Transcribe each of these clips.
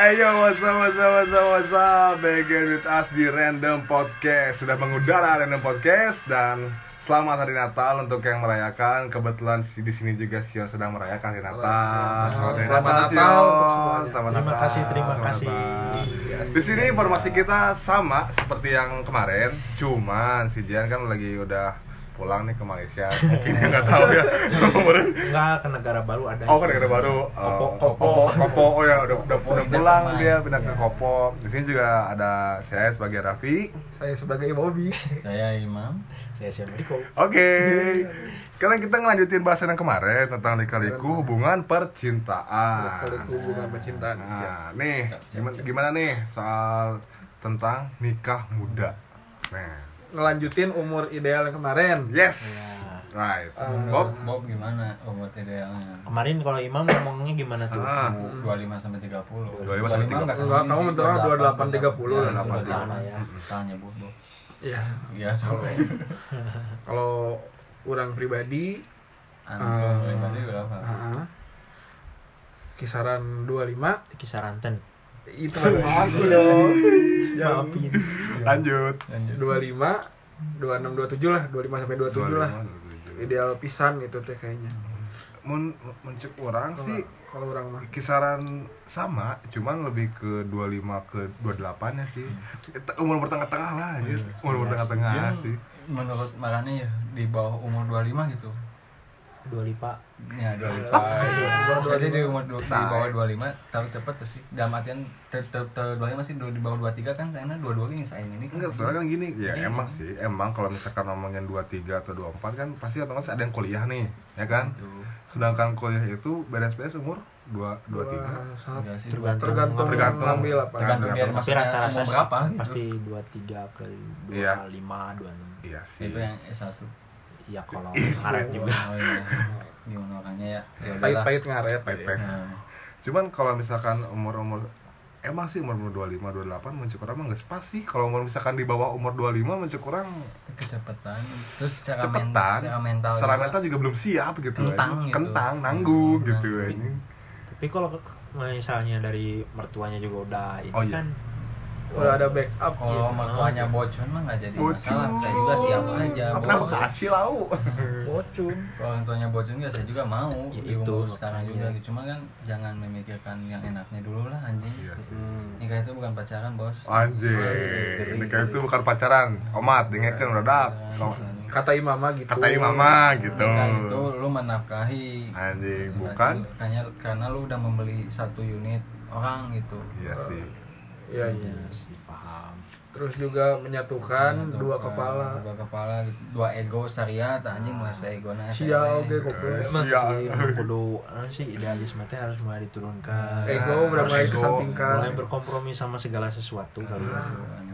Ayo, what's up, begin with us di Random Podcast. Sudah mengudara Random Podcast dan selamat hari Natal untuk yang merayakan. Kebetulan di sini juga Sion sedang merayakan hari Natal. Selamat Natal Sion. Terima kasih. Di sini informasi kita sama seperti yang kemarin, cuman si Jian kan lagi udah pulang nih ke Malaysia. Mungkin nggak tahu ya. Enggak, ke negara baru ada. Oh, ke negara baru. Kopo. Oh ya, udah pulang dia pindah ke Kopo. Di sini juga ada saya sebagai Raffi, saya sebagai Bobby, saya Imam, saya Syamiko. Oke. Sekarang kita ngelanjutin bahasan yang kemarin tentang lika-liku hubungan percintaan. Lika-liku hubungan percintaan. Nah, nih gimana nih soal tentang nikah muda. Nah, Ngelanjutin umur ideal yang kemarin. yes. Right. Bob, gimana umur idealnya? Kemarin kalau Imam ngomongnya gimana tuh? 25 sampai 30. 25 sampai 30. Enggak, kamu menurut 28 30 lah. Misalnya, Bu. Iya. Ya, sampai. Kalau orang pribadi pribadi berapa? kisaran 25 Kisaran ten. itu aku dong. Maafin. lanjut. 25 26 27 lah, 25 sampai 27 lah. Ideal pisan itu teh kayaknya. Mencuk orang sih Kalau orang mah kisaran sama, cuman lebih ke 25 ke 28 ya sih. Umur tengah-tengah lah anjir. Umur tengah-tengah sih. Menurut makanya ya di bawah umur 25 gitu. 25. Ya, 25. Jadi di umur di bawah 25 tahu cepet tuh sih. Dalam artian 25 sih di bawah 23 kan sayangnya 22 ini saya ini. Enggak, soalnya kan gini, ya emang sih, emang kalau misalkan ngomongin 23 atau 24 kan pasti otomatis ada yang kuliah nih, ya kan? Sedangkan kuliah itu beres-beres umur 23. tergantung ngambil apa. Tergantung dia Tapi maksudnya rata-rata umur berapa gitu. pasti 23 ke 25, Iya. 26. Iya sih. Itu yang S1. Ya kalau ngaret juga. Oh, iya. Gimana makanya ya. Ya udahlah. Pahit-pahit ngaret. Pahit-pahit. Nah, Cuman kalau misalkan umur emang sih umur 25 28 mencuk orang mah geus pas sih. Kalau umur misalkan di bawah umur 25 mencuk orang kecepatan. Terus secara cepetan. mental Secara mental juga belum siap gitu. Kentang gitu. Kentang, nanggung gitu anjing. Tapi kalau misalnya dari mertuanya juga udah ini Oh, iya. kan Udah ada backup kalau gitu. mertuanya bocun mah nggak jadi Bocun. masalah. Saya juga siap aja. Kenapa kasih lau? Bocun. Kalau orang tuanya bocun ya saya juga mau Ya, di itu umur sekarang makanya. juga. Cuma kan jangan memikirkan yang enaknya dulu lah anjing. Iya sih. Nikah itu bukan pacaran bos. Anjing. Nikah itu bukan pacaran. Omat dengekeun udah. Kata imama gitu. Katai mama gitu. Nikah itu lu menafkahi. Anjing, bukan? Karena lu udah membeli satu unit orang gitu. Iya sih. Iya. sih paham. Terus juga menyatukan dua kepala. Dua kepala gitu. Dua ego syariat anjing masa egona. Sial ge goblok. Emang Iya. sih kudu sih idealisme teh harus mulai diturunkan. Ego udah mulai Ego. kesampingkan. Mulai berkompromi sama segala sesuatu kali ya.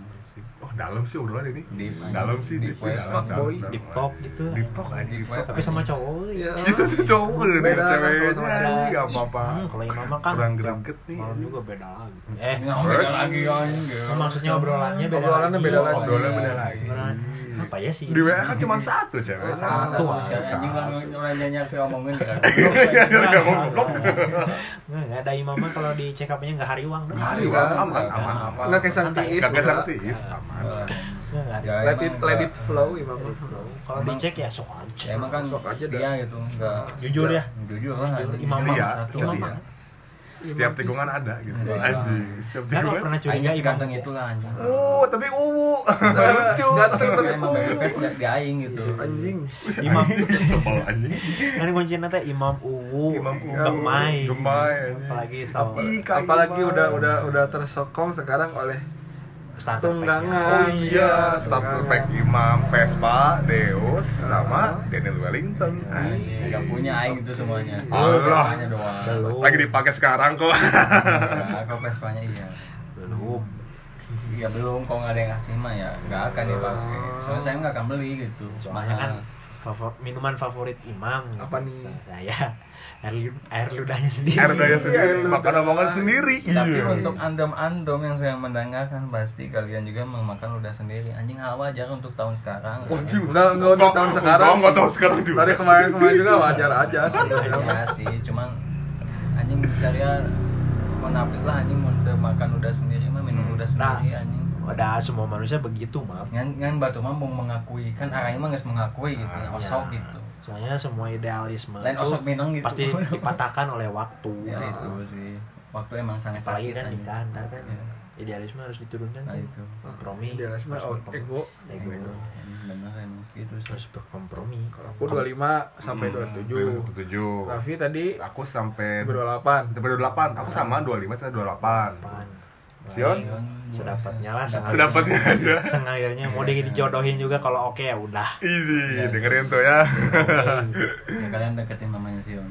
Oh, dalam sih obrolan ini. Deep, Dalam sih deep deep. west, fuckboy. Deep talk gitu. Deep talk anjing. Deep west. Tapi sama cowok Iya. Bisa sih cowok udah Beda kan ceweknya kalau sama anjing enggak apa-apa. Kalau imam mah kan Kurang greget nih. malam juga beda lagi. Beda lagi anjing. Maksudnya obrolannya beda Obrolannya lagi. beda lagi. Obrolannya beda lagi. Apa ya sih? Di WA kan cuma satu cewek. Satu Satu. anjing kan nanya omongin kan. Enggak mau goblok. Nggak ada imam mah kalau di check up-nya nggak hariwang. Hari aman. Nggak kayak sang tiis. Enggak kesang tiis, aman. Nggak ada. Let it flow imam. Kalau dicek ya sok aja. Emang kan Sok aja setia gitu, enggak Jujur ya. jujur lah. Imam Setia, satu. setia. Imam Setiap tikungan ada gitu. Anjing, setiap kan kalau tikungan. pernah Aing curiga si imam ganteng itu lah anjing. Tapi lucu. Ganteng Tapi tapi emang baby face di aing gitu. anjing. imam Sebel anjing. kan kuncinya teh imam uwu Imam uwu. gemai Gemai, anjing. apalagi sama Apalagi udah tersokong sekarang oleh starter tunggangan. Oh iya, starter pack Imam, Vespa, Deus, sama Daniel Wellington. Enggak punya aing itu semuanya. Allah. Vespanya doang. Lagi dipakai sekarang kok. Nah, kalau Vespanya iya. belum Iya belum, kalau nggak ada yang ngasih mah ya nggak akan dipakai. Soalnya saya nggak akan beli gitu. soalnya kan minuman favorit imam Apa nih? saya air ludahnya sendiri Air daya sendiri, makan omongan sendiri. Tapi Iya. untuk andom-andom yang saya mendengarkan pasti kalian juga memakan ludah sendiri. Anjing hal wajar untuk tahun sekarang. Enggak untuk tahun sekarang. Enggak tahun sekarang juga. Dari kemarin juga wajar aja sih. Iya sih, cuman anjing saya munafik lah anjing, mun teu makan udah sendiri mah minum udah sendiri anjing. Ada semua manusia begitu, maaf. Ngan batu mah mau mengakui kan arahnya mah geus mengakui gitu, osok Ya. gitu. Soalnya semua idealisme Lain itu osok minang gitu. pasti dipatahkan oleh waktu. Ya itu sih. Waktu emang sangat Apalagi sakit kan anjing. nikah ntar kan Ya. idealisme harus diturunkan. Nah kan. itu. Kompromi. Idealisme ego. Ego. Bener emang gitu sih. Harus berkompromi. Kalau aku 25 sampai 27. 27. Raffi tadi Aku sampai 28. sampai 28. Aku sama 25 sampai 28. Apaan? Sion? Sedapatnya lah, Sedapatnya aja. Sengaja mau dijodohin juga kalau oke ya udah. Ini Ya, dengerin tuh ya. Ya kalian deketin mamanya Sion.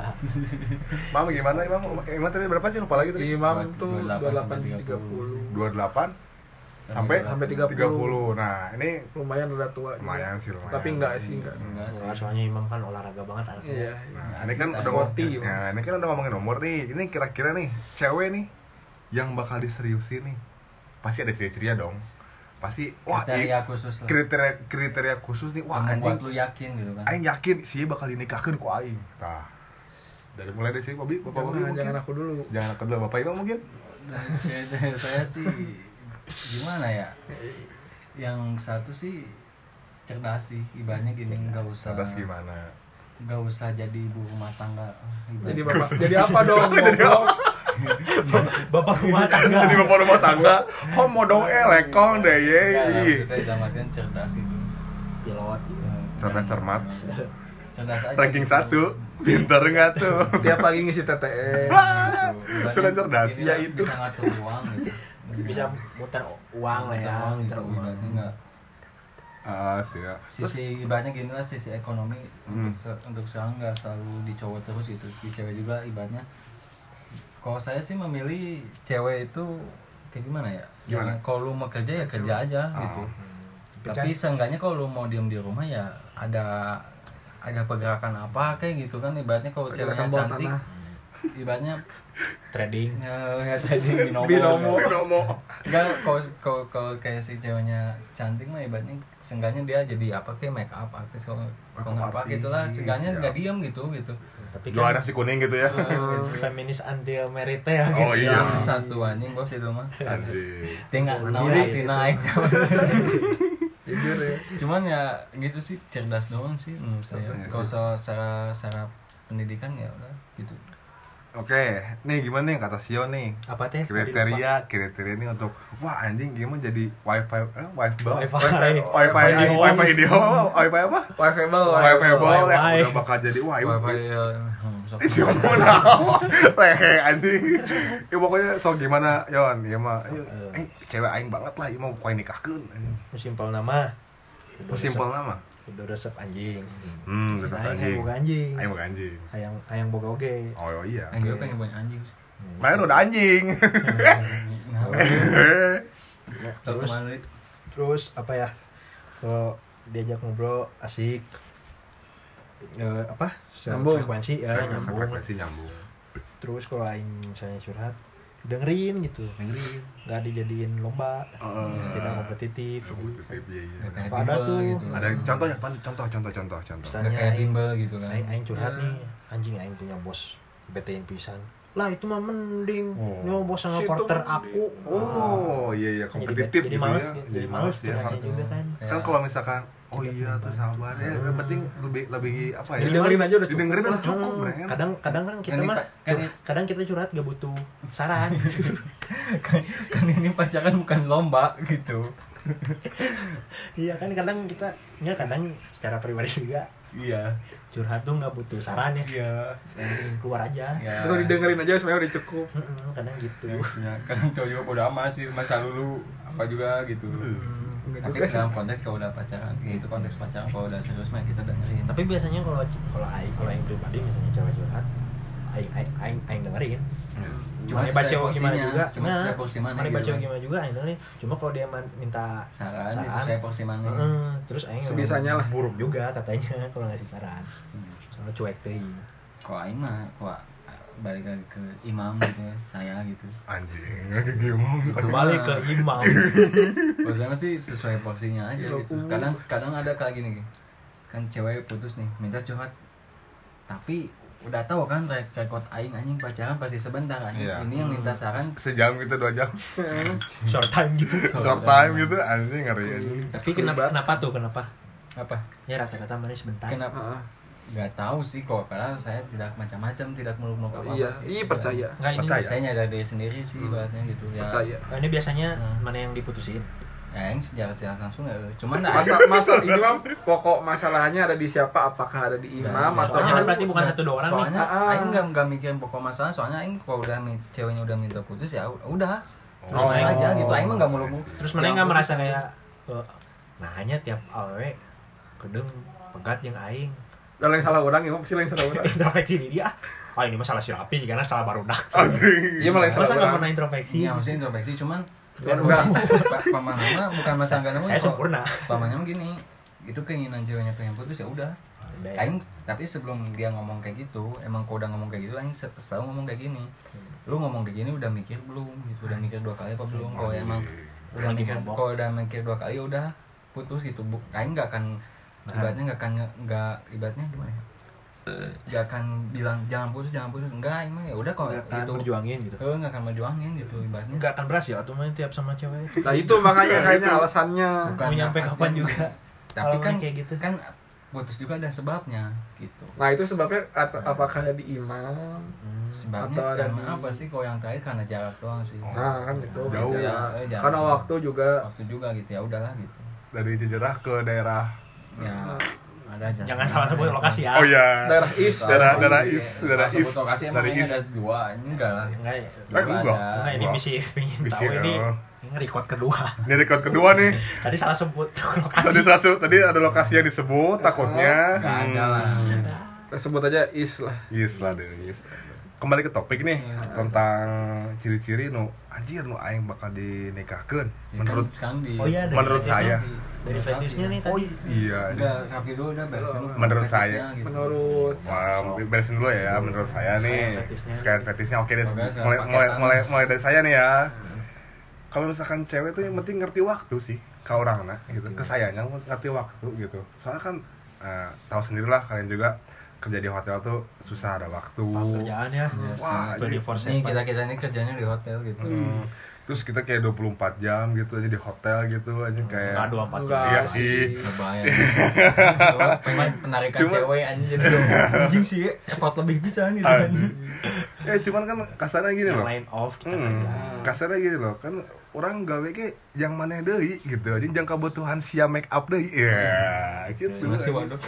Mam gimana Imam? Imam tadi berapa sih lupa lagi tadi? Imam tuh 28 28 30. 28 sampai Sampai 30. Nah, ini Lumayan udah tua. juga. lumayan sih lumayan. Tapi enggak sih, enggak. Enggak sih. Soalnya Imam kan olahraga banget anaknya. Iya. Nah, ini kan udah Sporty, Bang. nah, ini kan udah ngomongin umur nih. Ini kira-kira nih cewek nih yang bakal diseriusin nih. Pasti ada ciri-cirinya dong. Pasti wah Kriteria khusus lah. kriteria khusus nih. Wah, Yang membuat anjing. lu yakin gitu kan. Aing yakin sih bakal dinikahkeun ku aing. Tah. Dari mulai dari sini Bobby, Bapak Bobby mungkin. Jangan aku dulu. Jangan aku dulu, Bapak Imam mungkin. Dan kriteria saya sih gimana ya? Yang satu sih cerdas sih, ibaratnya gini nggak usah. Cerdas gimana? Nggak usah jadi ibu rumah tangga. Jadi bapak. Jadi apa dong? Goblok. Bapak rumah tangga. Jadi bapak rumah tangga, oh mau dong lekong deh ye. Kita jamakan cerdas itu. Pilot. Cerdas cermat. Cerdas aja. Ranking 1, pinter nggak tuh? Tiap pagi ngisi TTE. Ibaratnya Sudah cerdas. ini Ya lah, itu. bisa ngatur uang gitu. Bisa muter uang lah ya, Uang gitu, muter uang. ibaratnya nggak Sih ya. Terus sisi ibaratnya gini lah, sisi ekonomi untuk sekarang nggak selalu di cowok terus gitu, di cewek juga ibaratnya. Kalau saya sih memilih cewek itu kayak gimana ya? Gimana? Yang kalau lu mau kerja ya kerja aja gitu. Tapi seenggaknya kalau lu mau diem di rumah ya ada pergerakan apa kayak gitu kan, ibaratnya kalau ceweknya Pergerakan bawah cantik tanah. ibaratnya Trading. ya tadi binomo. Binomo. Enggak, kalau kayak si ceweknya cantik mah ibaratnya seenggaknya dia jadi apa kayak make up artis kalau nggak apa artis, gitulah, seenggaknya siap. nggak diem gitu. Tapi Jual kan nasi kuning gitu ya. feminis anti merit ya Oh gitu. iya. Satu anjing bos itu mah. Anjing. Tinggal Diri naik gitu. naik. Jujur ya. Cuman ya gitu sih, cerdas doang sih menurut saya. Iya Kalau sih. secara pendidikan ya udah gitu. Oke, nih gimana nih kata Sio nih? Apa teh? Kriteria ini untuk wah anjing gimana jadi wifi Wifi. ini wifi apa? Wifi-able. Wifi-able ya Wifi. udah bakal jadi wah ini Wifi ya. siapa naon lehe anjing ya pokoknya so gimana Yon ya mah cewek aing banget lah ieu mah poe nikahkeun Simpel nama. simpel nama Udah resep anjing. resep Aing anjing boga anjing. aing boga anjing Hayang boga oge. oh iya Anjing pengen punya anjing. main udah anjing Nah, Terus terus apa ya? Kalau diajak ngobrol asik. Apa? Nyambung. Frekuensi ya nyambung. frekuensi nyambung Terus kalau aing misalnya curhat dengerin gitu. Nggak dijadiin lomba. Tidak kompetitif. iya iya kayak Apa ada bimbel tuh? gitu. ada contohnya contoh Nggak Misalnya kayak bimbel gitu kan. aing curhat nih, anjing aing punya bos betein pisan. Lah itu mah mending. Oh. Ini mah bos sama Situ partner mending. aku. oh iya iya kompetitif jadi gitu males, ya jadi males curhatnya juga kan. kan kalau misalkan oh iya tuh sabar ya yang penting lebih apa ya Didengerin aja udah cukup. didengerin udah cukup Bren. Kadang kan kita Kan mah ini- kadang kita curhat gak butuh saran. kan ini pacaran bukan lomba gitu. Iya kan kadang kita kadang secara pribadi juga Iya. curhat tuh nggak butuh saran ya. Iya. Yang penting keluar aja. Ya. Itu didengerin aja sebenarnya udah cukup. Kadang gitu. Ya, kadang cowok juga bodo amat sih masa lalu apa juga gitu. Enggak Tapi juga sih. dalam konteks kalau udah pacaran, ya itu konteks pacaran, kalau udah serius mah kita dengerin. Tapi biasanya kalau aing pribadi misalnya cewek curhat, aing dengerin. Cuma Cuma baca sesuai gimana porsinya, juga. cuma sesuai porsi mana Mari gitu baca kan. gimana juga aing dengerin. Cuma kalau dia minta Saran sesuai porsi mana. terus aing Sebisanya lah. buruk juga katanya kalau ngasih saran. Soalnya cuek teuing. Kok aing mah balik lagi ke imam gitu ya, saya gitu. anjing kayak gimana Kembali ke imam. Maksudnya sih sesuai porsinya aja gitu. Kadang ada kayak gini kan cewek putus nih minta curhat, tapi udah tahu kan rekod aing anjing pacaran pasti sebentar anjing. Iya. Ini yang lintasan Sejam gitu 2 jam. Short time gitu. Short time gitu anjing ngeri anjing. Tapi kenapa tuh? Kenapa? apa? Ya rata-rata mana sebentar. Kenapa? Nggak tahu sih kok, karena saya tidak macam-macam, tidak muluk-muluk apa-apa. Iya, sih. iya percaya. Enggak ini. Percaya. Saya nyadar diri sendiri sih ibaratnya gitu ya. Percaya. Nah, ini biasanya mana yang diputusin? Ya yang secara tidak langsung ya. Cuman Masa ini mah pokok masalahnya ada di siapa? Apakah ada di imam Ya, atau soalnya kan berarti bukan satu dua orang nih. soalnya Ah. aing nggak mikirin pokok masalah, soalnya aing kalau udah ceweknya udah minta putus ya udah. Terus Oh. aja gitu, aing mah nggak muluk-muluk. Terus mana nggak merasa kayak nanya tiap awe kedeng pegat yang aing dan yang salah orang, imam pasti yang salah orang. introspeksi diri ini masalah si Rapi karena salah barudak. Anjing. Iya malah yang salah Masa nggak orang. pernah introspeksi? Iya maksudnya introspeksi, cuman Udah. pamannya bukan masalah nggak nemu. Saya sempurna. Pamannya mah gini, itu keinginan ceweknya pengen putus ya udah. Aing tapi sebelum dia ngomong kayak gitu, emang kau udah ngomong kayak gitu, aing selalu ngomong kayak gini. Lu ngomong kayak gini udah mikir belum? Gitu, udah mikir 2 kali apa belum? Kalau emang udah mikir, kalau udah mikir 2 kali ya udah putus gitu. Aing nggak akan ibaratnya nggak ibaratnya gimana ya? Nggak akan bilang jangan putus enggak, emang ya udah kalau Nggak akan itu berjuangin gitu. nggak akan berjuangin gitu ibaratnya. Nggak akan berhasil atau main tiap sama cewek. Nah itu makanya kayaknya alasannya. Bukan Mau nyampe artinya- kapan juga. Tapi Kalau kan kayak gitu. kan putus juga ada sebabnya gitu. Nah itu sebabnya apakah ada di imam? Sebabnya Atau ada karena di- apa sih? Kalau yang terakhir karena jarak doang sih. Nah kan itu. Jauh. Ya. Jarak. Karena waktu juga. Waktu juga gitu ya udahlah gitu. Dari Cijerah ke daerah Ya ada aja. Jangan salah sebut lokasi ya. Oh iya. Daerah Is. Daerah Daerah Is. lokasi emang Dari ini Is. ada 2, enggak lah. Enggak ya. Enggak. Enggak ini Wah. misi pengen Misi, tahu ini. oh. Ini record kedua. Ini record kedua nih. Tadi salah sebut lokasi. Tadi ada lokasi yang disebut takutnya. Enggak ada lah. Kita sebut aja Is lah. Yes lah deh. Yes. Kembali ke topik nih tentang ciri-ciri nu anjir nu aing bakal dinikahkeun Ya menurut kan sekarang di Oh iya, dari menurut fetishnya. saya. Dari fetishnya nih tadi. Oh iya. Enggak, Raffi dulu udah beresin dulu. Menurut fetishnya saya. gitu. Menurut Wah, beresin dulu ya menurut saya nih. fetishnya. Sekalian fetishnya oke deh. Oke, sekarang Mulai dari saya nih ya. Kalau misalkan cewek tuh yang penting ngerti waktu sih ke orangnya gitu. Ke sayanya ngerti waktu gitu. Soalnya kan tahu sendirilah kalian juga kerja di hotel tuh susah ada waktu. Pekerjaan ya. Wah, 24/7. Ini kita ini kerjanya di hotel gitu. Terus kita kayak 24 jam gitu aja di hotel gitu aja kayak Enggak 24 Enggak. Iya sih. Kebayang. Pengen penarikan Cuma- cewek anjing jadi anjing sih effort lebih bisa gitu Aduh. anjing. Ya cuman kan kasarnya gini Yang loh. lain off kita kerja. Kasarnya gini loh, kan orang gawe ke yang mana deui gitu. Jadi jangka kebutuhan sia make up deui. Ya, gitu. Masih waduh.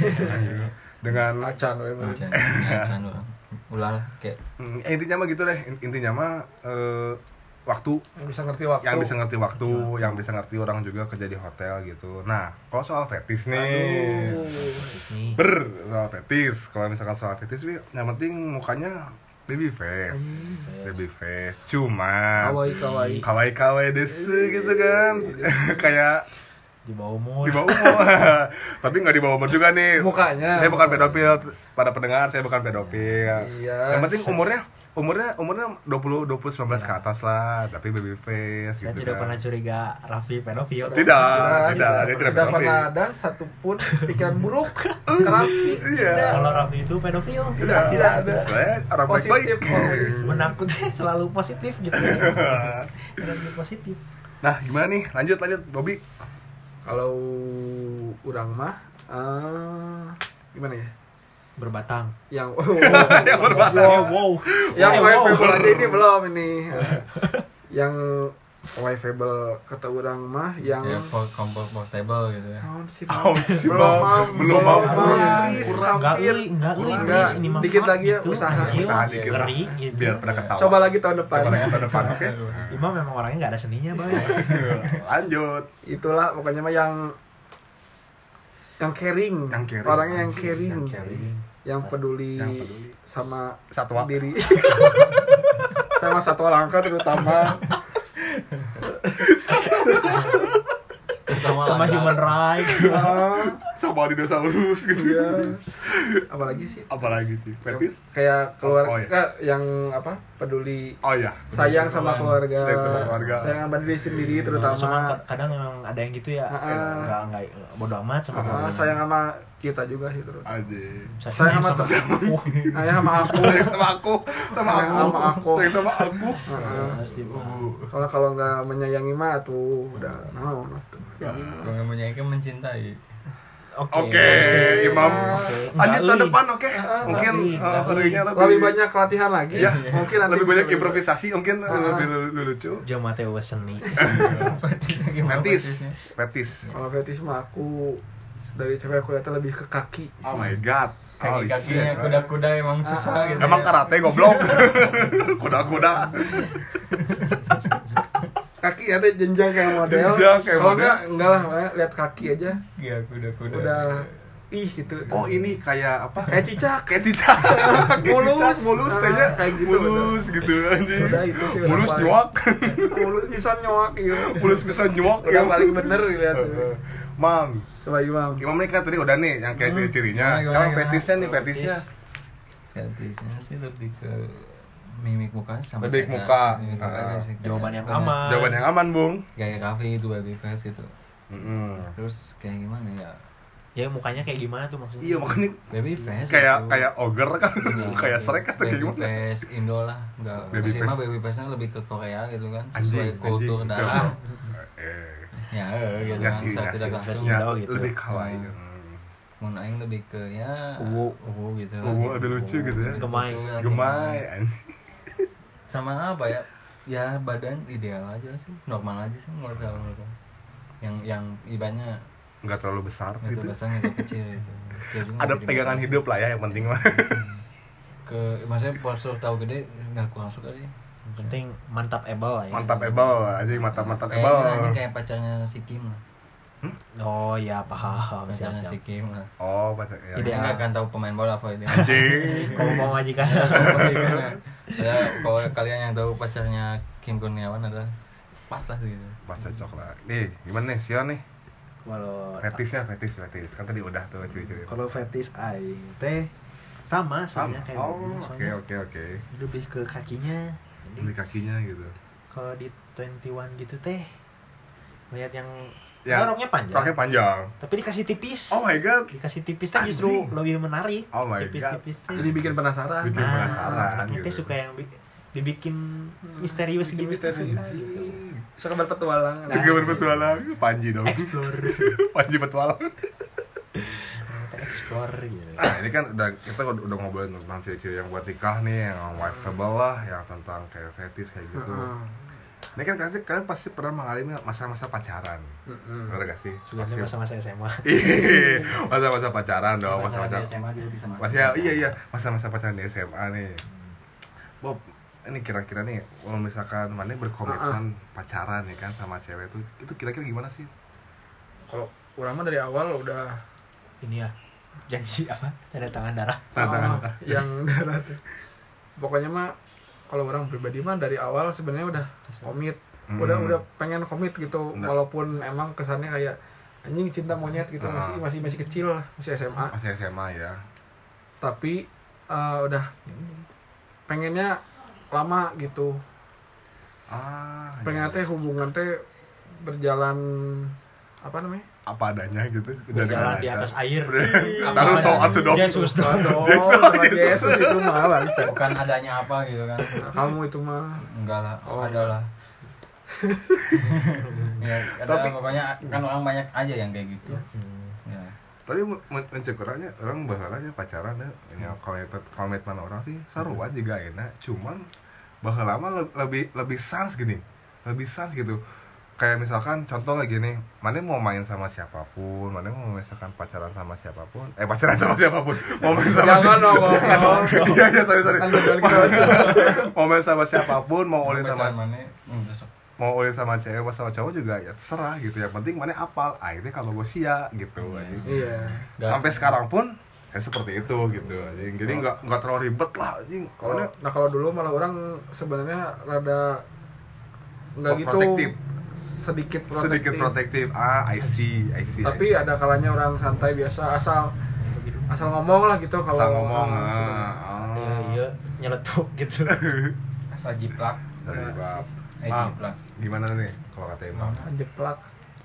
Dengan acan we mah. Ngacan orang. Ulah kayak intinya mah gitu deh. Intinya mah waktu Yang bisa ngerti waktu. yang bisa ngerti waktu, yang bisa ngerti orang juga kerja di hotel gitu. Nah, kalau soal fetish nih. Nih. Soal fetish, kalau misalkan soal fetish yang penting mukanya baby face. Baby face. Cuma kawaii desu gitu kan. Kayak Di bawah umur. di bawah umur. Tapi nggak di bawah umur juga nih. Mukanya. Saya bukan pedofil, pada pendengar saya bukan pedofil. Iya. Yang penting umurnya 20 19 ke atas lah, tapi baby face Saya gitu tidak kan. pernah curiga Raffi pedofil. Tidak, dia tidak Tidak pedofil. pernah ada satupun pikiran buruk ke Raffi. Iya. Kalau Raffi itu pedofil. Tidak ada. Saya orang Positif baik-baik. always. Menakutnya selalu positif gitu. Energi positif. Nah, gimana nih? Lanjut Bobby. Kalau urang mah gimana ya? Berbatang. Yang Yang berbatang. Wow. yang Wow. wifeable aja ini belum ini. Yang wifeable kata urang mah yang kayak portable gitu ya. naon sih? Oh, sih, belum Bang. mampu. Enggak, Enggak. ini mah Dikit fak lagi ya, gitu. usaha. Kecil, Usaha dikit lah. ngeri gitu. Biar pada ketawa. Coba lagi tahun depan. Coba lagi tahun depan, oke? Imam memang orangnya enggak ada seninya, Bang. Lanjut. Itulah pokoknya mah yang caring. Yang caring. Orangnya yang caring. Yang peduli, Yang peduli. sama Satwa. diri. Sama satwa langka terutama. Sama human right. Ah, Sama dinosaurus gitu. Iya. Apalagi sih? Apalagi sih? Fetis? Kayak keluarga Oh, iya. yang apa? Peduli Oh iya. sayang sama keluarga. Sayang sama keluarga. Sayang sama diri sendiri Cuma terutama. kadang memang ada yang gitu ya. Heeh. Enggak bodo amat sama keluarganya. Sayang sama kita juga sih terus. Anjing. Sayang sama aku. Sayang sama aku. Sayang sama aku. Sama Sayang aku. sama aku. Sayang sama aku. Heeh. Pasti. Soalnya kalau nggak menyayangi mah tuh udah tuh. Kalau nggak menyayangi mencintai. Oke, Imam. Lanjut tahun depan oke. Mungkin harinya Lebih banyak latihan lagi. Ya, Mungkin nanti lebih banyak bisa improvisasi, mungkin lebih lucu. Jam Mateo seni. Fetis. Kalau fetis mah aku dari cewek aku lihatnya lebih ke kaki. Oh my god. Oh, Kaki-kakinya kuda-kuda emang susah gitu. Emang karate goblok. Kuda-kuda. Kaki ada jenjang kayak model. Jenjang kayak Kalau model. enggak lah, lihat kaki aja. Iya, kuda-kuda. Udah gitu. Oh, ini kayak apa? Kayak cicak. Kayak cicak. Mulus tehnya. Kayak gitu, Mulus gitu anjing. Udah itu sih. Mulus nyuak. Mulus bisa nyuak gitu. Mulus bisa nyuak. Yang paling bener dilihat. Mam. Coba Imam. Imam nih kan tadi udah nih yang kayak ciri-cirinya. Gimana, Sekarang gimana? fetisnya nih, fetisnya. Fetisnya sih lebih ke mimik muka sama Mimik saja. muka. Mimik muka aja sih. Jawaban yang Kayak- aman. Jawaban yang aman, Bung. Gaya cafe itu baby face itu. Mm-mm. Terus kayak gimana ya? Ya mukanya kayak gimana tuh maksudnya? Iya, makanya Baby face kayak itu. kayak ogre kan. Enggak, Kayak Shrek atau kayak baby gimana? face Indo lah. Enggak. Baby Masih face. mah baby face-nya lebih ke Korea gitu kan. Anjing, Sesuai kultur anjing. darah. Eh. Ya, gitu Ya kan. sih, Secara ya tidak sih. langsung. Ya, Indo gitu. lebih kawaii. Mun aing lebih ke ya Uwu. gitu. Uwu, ada lucu gitu ya. Gemay. Gemay anjing. Sama apa ya? Ya badan ideal aja sih, normal aja sih menurut aku. Yang ibaratnya Enggak terlalu besar nggak gitu. terbesar nggak kecil gitu. Kecil juga Ada jadi pegangan bagus. hidup lah ya yang penting mah. Maksudnya postur tahu gede nggak kurang suka sih. Penting mantap able lah ya. Mantap ebal anjing, mantap Kayak ebal. kayak pacarnya si Kim lah. Oh ya paham. Pacarnya Siap-siap. si Kim lah. Oh, pacar ya. Ideal. Dia nggak akan tahu pemain bola apa itu. Anjing. Kamu mau majikan? Ya, kalau kalian yang tahu pacarnya Kim Kurniawan adalah pas lah gitu. Pas cocok lah. Nih, gimana nih Sion nih? Kalau Fetisnya, fetis. Kan tadi udah tuh ciri-ciri. kalau fetish aing teh sama sebenarnya kayak Oh, Bobby, oke soalnya oke oke. lebih ke kakinya. Di kakinya gitu. Kalau di 21 gitu teh lihat yang Ya, roknya panjang. Roknya panjang. Tapi dikasih tipis. Oh my god. Dikasih tipis teh justru Anjing. lebih menarik. Oh my Tipis-tipis teh. Jadi bikin penasaran. Bikin penasaran Anaknya teh gitu. suka yang dibikin misterius Bikin gitu. misterius. Suka berpetualang. Juga berpetualang. Panji dong. Explore. Panji petualang. Kita explore gitu. Nah, ini kan kita udah ngobrolin tentang ciri-ciri yang buat nikah nih, yang wifeable lah, yang tentang kayak fetish kayak gitu. Ini kan kalian pasti pernah mengalami masa-masa pacaran. Bener gak sih? Juga masa-masa SMA. Iya, masa-masa pacaran dong, masa-masa SMA dia bisa masuk. masih iya masa-masa pacaran di SMA nih. Bob, ini kira-kira nih kalau misalkan mana berkomitmen pacaran ya kan sama cewek itu kira-kira gimana sih? Kalau orang mah dari awal udah Ini ya janji apa? Tanda tangan darah. Tantangan. yang darah tuh. Pokoknya mah kalau orang pribadi mah dari awal sebenarnya udah komit. Udah pengen komit gitu. Nah. Walaupun emang kesannya kayak anjing cinta monyet gitu, masih kecil lah, masih SMA. Masih SMA ya. Tapi udah pengennya lama gitu. Pengen teh hubungan teh berjalan apa namanya? Apa adanya gitu. Berjalan di atas air. Naruto atau dong. Yesus dong. Yesus itu mah bangsa. Bukan adanya apa gitu kan. Kamu itu mah Enggak lah, Oh, ada lah. Ya, ada pokoknya kan orang banyak aja yang kayak gitu. Ya. Tapi mencekuranya orang bahalanya pacaran ya komitmen orang sih saruan juga enak. Cuman bahal lama lebih sans gini. Lebih sans gitu. Kayak misalkan contoh lagi nih, mana mau main sama siapapun, mana mau misalkan pacaran sama siapapun, pacaran sama siapapun, mau main sama jangan dong. iya sorry, Kan tujuan kita. mau main sama siapapun, mau oleh sama Pacaran mana? Besok. mau oleh sama cewek mau sama cowok juga ya terserah gitu, yang penting mana apal, akhirnya kalau gue sia gitu, anjing. Iya. Sampai sekarang pun saya seperti itu gitu, anjing. Jadi nggak terlalu ribet lah, anjing. Kalau dulu malah orang sebenarnya rada nggak gitu. Protektif. Sedikit protektif. I see. Tapi ada kalanya orang santai biasa asal asal ngomong lah gitu kalau Asal ngomong. Iya nyeletuk gitu. Asal jiplak. Jiplak. Jiplak. Gimana nih kalau kata Imam? jeplak.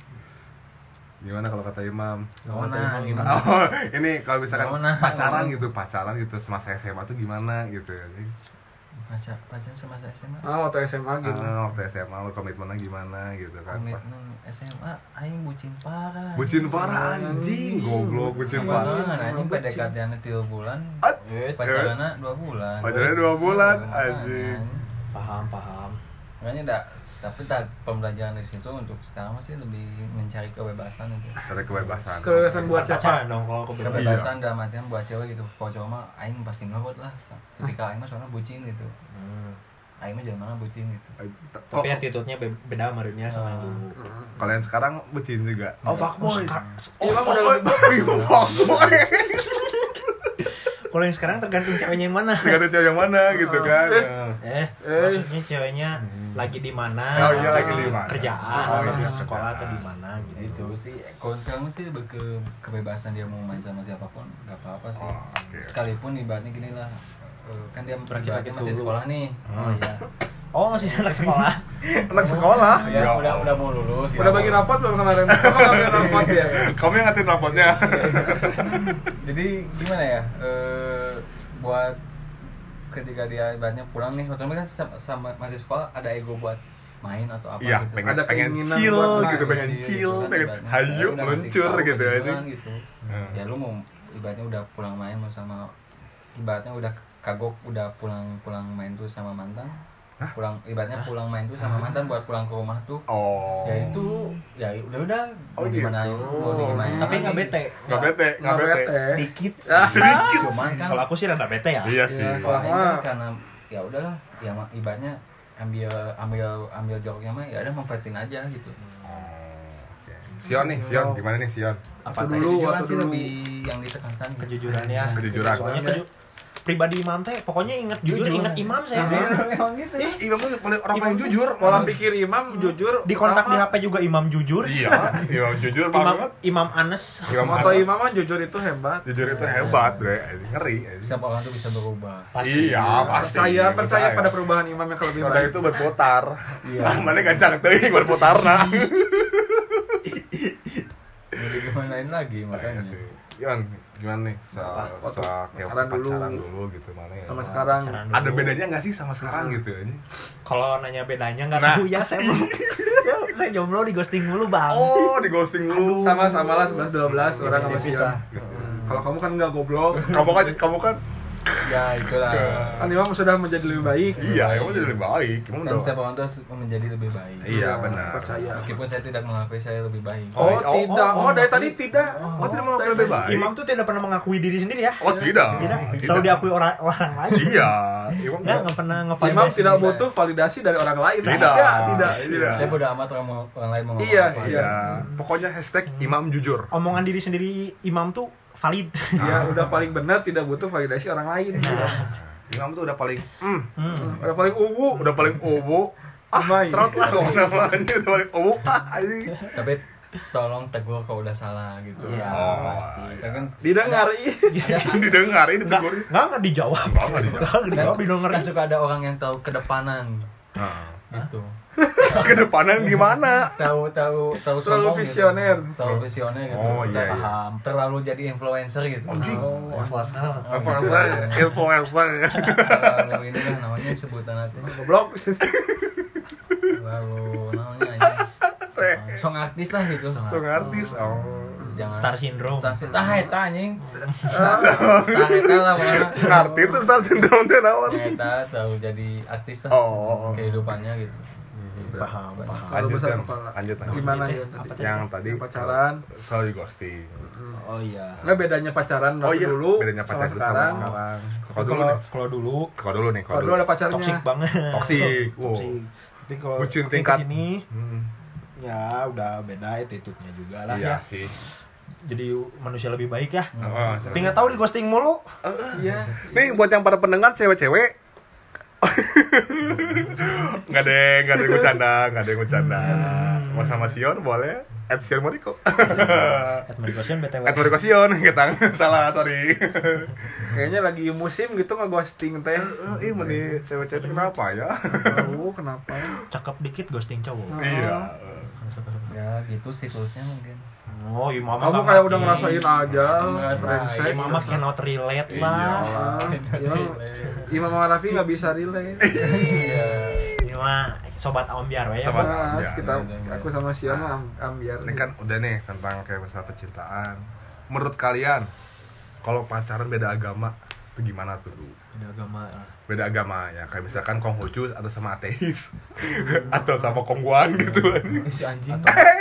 Gimana kalau kata Imam? Gimana? Oh, ini kalau misalkan Gimana? pacaran gitu semasa SMA tuh gimana gitu ya? Pacaran semasa SMA. Waktu SMA gitu. Waktu SMA lu komitmennya gimana gitu kan? Komitmen SMA aing bucin parah. Bucin parah anjing, goblok bucin Sama parah. soalnya anjing PDKT-nya 3 bulan, At, pacarannya 2 bulan. Pacarannya 2 bulan, Makanya, anjing. Paham. Makanya tapi pembelajaran dari situ untuk sekarang masih lebih mencari kebebasan itu. Cari kebebasan. Kebebasan buat siapa? Pacaran dong kalau kebebasan. Kebebasan dalam artian buat cewek gitu. Kalau cowok mah aing pasti nurut lah. Ketika aing mah soalnya bucin gitu. Aing mah jangan bucin gitu. Tapi attitude-nya beda sama dunia sama yang dulu. Kalian sekarang bucin juga. Oh, fuckboy. Imam udah Fuckboy. Kalau yang sekarang tergantung ceweknya yang mana. Tergantung cewek yang mana gitu kan. Maksudnya ceweknya lagi di mana? Oh iya, lagi di mana? Kerjaan, Oh, atau iya, sekolah kerjaan. atau di mana gitu. Itu sih kalau sekarang sih lebih ke kebebasan dia mau main sama siapapun nggak apa-apa sih. Oh, oke. Sekalipun ibaratnya gini lah, kan dia Rakit-rakit masih dulu. sekolah nih. Oh iya. Oh masih anak sekolah. Anak sekolah. Ya, udah mau lulus. Udah bagi rapot belum kemarin? Kok bagi rapot ya? Kamu yang ngatin rapotnya. Jadi gimana ya? Buat ketika dia ibaratnya pulang nih, waktu itu kan sama masih sekolah ada ego buat main atau apa Iya, gitu. pengen Ada keinginan chill buat main. gitu, pengen chill, Gitu kan, pengen ibaratnya. hayu Ya udah ngasih meluncur tahu gitu ke aja. dia gitu. Ya lu mau ibaratnya udah pulang main mau sama ibaratnya udah kagok udah pulang main tuh sama mantan. Pulang ibaratnya pulang main tuh sama mantan buat pulang ke rumah tuh. Oh. Ya itu ya udah Oh, gimana gitu. mau digimana. Tapi nggak bete. Nggak bete. Sedikit. Sedikit. Cuman kan Kalau aku sih rada bete ya. Iya sih. Iya, kalau Kalau ini mah- karena ya udahlah ya ibaratnya ambil joroknya mah ya udah manfaatin aja gitu. Sion nih, Sion gimana nih Sion? Waktu dulu, Kejujuran waktu sih dulu. lebih yang ditekankan gitu. Kejujuran ya. Kejujuran. Soalnya pribadi imam teh pokoknya jujur inget imam saya. Memang gitu. Imam tuh orang paling jujur. Pola pikir Imam jujur. Di kontak di utama. HP juga imam jujur. Iya, Imam jujur banget. Imam Anes. Imam Moto Anas. Imam mah jujur itu hebat. Jujur itu hebat, Bre. Ngeri. Setiap orang tuh bisa berubah. Iya, pasti. Percaya pada perubahan Imam yang lebih Roda baik. itu berputar. Mana gancang teuing berputarna. Jadi gimanain lagi makanya. Yon, gimana nih soal kayak Pacaran dulu. pacaran dulu gitu mana ya? Sama sekarang. Ada bedanya nggak sih sama sekarang gitu aja? Kalau nanya bedanya nggak Nah. tahu ya saya belum. saya jomblo di ghosting dulu bang. Oh, di ghosting dulu. Sama-sama lah 11-12 orang sama Tipis Sion. lah. Kalau kamu kan enggak goblok. Kamu kan Ya itulah. Kan Imam sudah menjadi lebih baik. iya, emang jadi lebih baik. Emang Kan udah. setiap orang tuh harus menjadi lebih baik. Iya, benar. Percaya. Meskipun saya tidak mengakui saya lebih baik. Oh, Oh, tidak. oh, Oh, dari tadi tidak. Oh, tidak mau lebih baik. Imam tuh tidak pernah mengakui diri sendiri ya. Oh, tidak. Selalu diakui orang lain. Iya, Imam Nggak pernah ngevalidasi. Imam tidak diri. butuh validasi dari orang lain. Tidak. Tidak. Saya bodo amat orang lain mau ngomong Iya, apa. iya. Iya. Pokoknya hashtag Imam jujur. Omongan diri sendiri Imam tuh valid. Iya, udah paling benar, tidak butuh validasi orang lain. Imam tuh udah paling Udah paling uwu. udah paling ubu. Imai. Cerot lah namanya udah paling ubu. Anjing. Tapi tolong tegur kalau udah salah gitu. Iya, Oh, pasti. Ya kan Didengar. didengar ini Enggak, ditegur. enggak dijawab. Enggak dijawab. Enggak dijawab, didengar. kan suka ada orang yang tahu kedepanan Nah, gitu. kedepanan gimana? Tahu Terlalu sombong visioner. gitu. Terlalu visioner gitu. Oh, iya, iya. Paham. Terlalu jadi influencer gitu. Anjing. Influencer. Influencer. Terlalu ini kan namanya sebutan nanti. Goblok. Terlalu namanya aja. Song artis lah gitu. Song artis. Oh. Jangan Star syndrome. Eta anjing. Star eta lah pokoknya. Ngerti tuh star syndrome teh naon? Eta tahu jadi artis lah. Oh. Kehidupannya gitu. Paham. Kalau Lanjut besar kan. kepala. Lanjut. Gimana Apa ya tadi? tadi? Yang tadi Pacaran. soal di ghosting. Oh iya. Nggak bedanya pacaran Oh waktu iya, dulu bedanya sama pacaran dulu sama sekarang. sekarang. Kalau dulu Kalau nih. kalau dulu Kalau dulu nih, Kalau dulu ada pacarnya. toksik banget. Toksik. Wow. Toksik. Tapi kalau Bucin makin tingkat. kesini Hmm. ya udah beda attitude-nya juga lah Iya ya. sih. Jadi manusia lebih baik ya. Oh, Tapi nggak tahu di ghosting mulu. Iya. nih buat yang pada pendengar cewek-cewek. Nggak ada yang bercanda, nggak ada yang bercanda. Mau sama Sion boleh. Sion Moriko. Morikosion BTW. Morikosion kita salah, sorry. Kayaknya lagi musim gitu nge-ghosting teh. Ih, meni cewek-cewek kenapa ya? Tahu kenapa? Cakep dikit ghosting cowok. Iya. Ya gitu siklusnya mungkin. Oh, iya mama. Kamu kayak udah ngerasain aja. Ngerasain. Mama cannot relate Iya. lah. Imam Raffi nggak bisa relate. Iya. Ini mah sobat ambiar we ya. Sobat Bang. ambiar. Kita aku sama Sion mah ambiar. Ini kan udah nih tentang kayak masalah percintaan. Menurut kalian kalau pacaran beda agama itu gimana tuh? Beda agama. Beda agama ya, kayak misalkan Konghucu atau sama ateis atau sama Kongguan gitu. Si anjing.